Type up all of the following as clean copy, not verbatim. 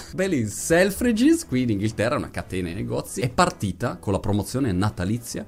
Belli, Selfridges, qui in Inghilterra, una catena di negozi, è partita con la promozione natalizia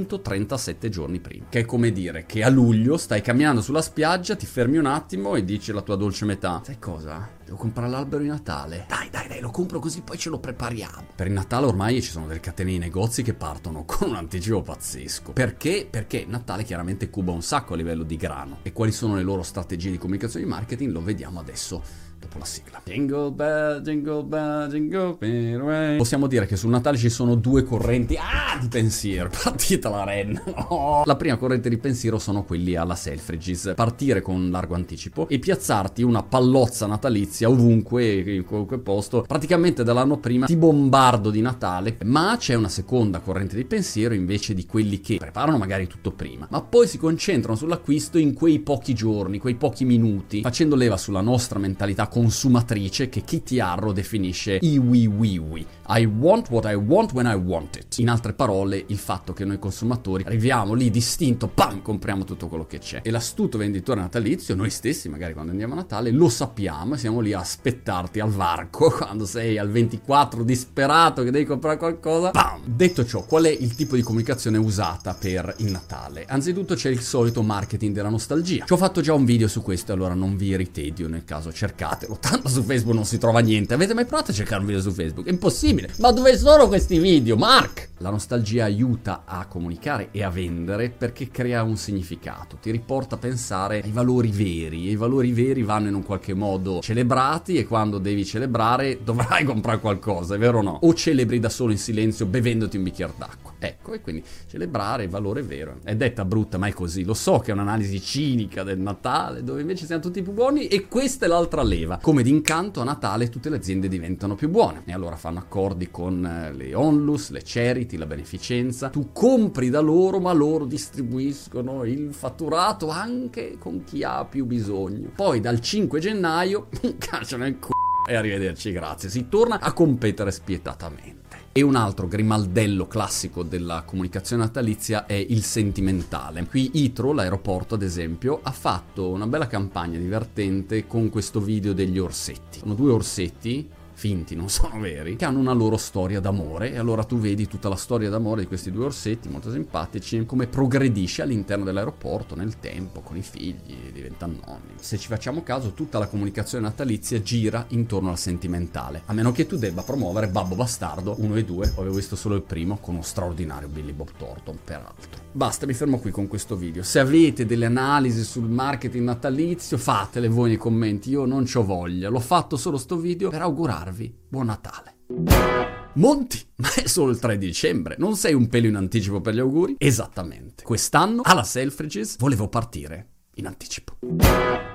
137 giorni prima. Che è come dire che a luglio stai camminando sulla spiaggia, ti fermi un attimo e dici alla tua dolce metà: sai cosa? Devo comprare l'albero di Natale. Dai, lo compro così poi ce lo prepariamo. Per il Natale ormai ci sono delle catene di negozi che partono con un anticipo pazzesco. Perché? Perché Natale chiaramente cuba un sacco a livello di grano. E quali sono le loro strategie di comunicazione e di marketing lo vediamo adesso, dopo la sigla. Jingle bell, jingle bell, jingle bell way. Possiamo dire che sul Natale ci sono due correnti di pensiero. Partita la renna. No. La prima corrente di pensiero sono quelli alla Selfridges. Partire con largo anticipo e piazzarti una pallozza natalizia ovunque, in qualunque posto. Praticamente dall'anno prima ti bombardo di Natale. Ma c'è una seconda corrente di pensiero invece di quelli che preparano magari tutto prima, ma poi si concentrano sull'acquisto in quei pochi giorni, quei pochi minuti, facendo leva sulla nostra mentalità consumatrice che Kitty Harrow definisce iwi. I want what I want when I want it. In altre parole, il fatto che noi consumatori arriviamo lì distinto, pam, compriamo tutto quello che c'è. E l'astuto venditore natalizio, noi stessi magari quando andiamo a Natale, lo sappiamo e siamo lì a aspettarti al varco quando sei al 24 disperato che devi comprare qualcosa. Pam! Detto ciò, qual è il tipo di comunicazione usata per il Natale? Anzitutto c'è il solito marketing della nostalgia. Ci ho fatto già un video su questo, allora non vi ritedio, nel caso cercatelo. Tanto su Facebook non si trova niente. Avete mai provato a cercare un video su Facebook? È impossibile. Ma dove sono questi video, Mark? La nostalgia aiuta a comunicare e a vendere perché crea un significato, ti riporta a pensare ai valori veri, e i valori veri vanno in un qualche modo celebrati e quando devi celebrare dovrai comprare qualcosa, è vero o no? O celebri da solo in silenzio bevendoti un bicchiere d'acqua. Ecco, e quindi celebrare il valore vero. È detta brutta, ma è così. Lo so che è un'analisi cinica del Natale, dove invece siamo tutti più buoni, e questa è l'altra leva. Come d'incanto a Natale tutte le aziende diventano più buone e allora fanno accordi con le onlus, le charity, la beneficenza. Tu compri da loro, ma loro distribuiscono il fatturato anche con chi ha più bisogno. Poi dal 5 gennaio cacciano il e arrivederci, grazie. Si torna a competere spietatamente. E un altro grimaldello classico della comunicazione natalizia è il sentimentale. Qui Heathrow, l'aeroporto ad esempio, ha fatto una bella campagna divertente con questo video degli orsetti. Sono due orsetti finti, non sono veri, che hanno una loro storia d'amore, e allora tu vedi tutta la storia d'amore di questi due orsetti molto simpatici, come progredisce all'interno dell'aeroporto nel tempo, con i figli, diventano nonni. Se ci facciamo caso, tutta la comunicazione natalizia gira intorno al sentimentale, a meno che tu debba promuovere Babbo Bastardo 1 e 2, avevo visto solo il primo, con uno straordinario Billy Bob Thornton, peraltro. Basta, mi fermo qui con questo video. Se avete delle analisi sul marketing natalizio, fatele voi nei commenti, io non c'ho voglia, l'ho fatto solo sto video per augurarvi buon Natale. Monti, ma è solo il 3 dicembre, non sei un pelo in anticipo per gli auguri? Esattamente, quest'anno alla Selfridges volevo partire in anticipo.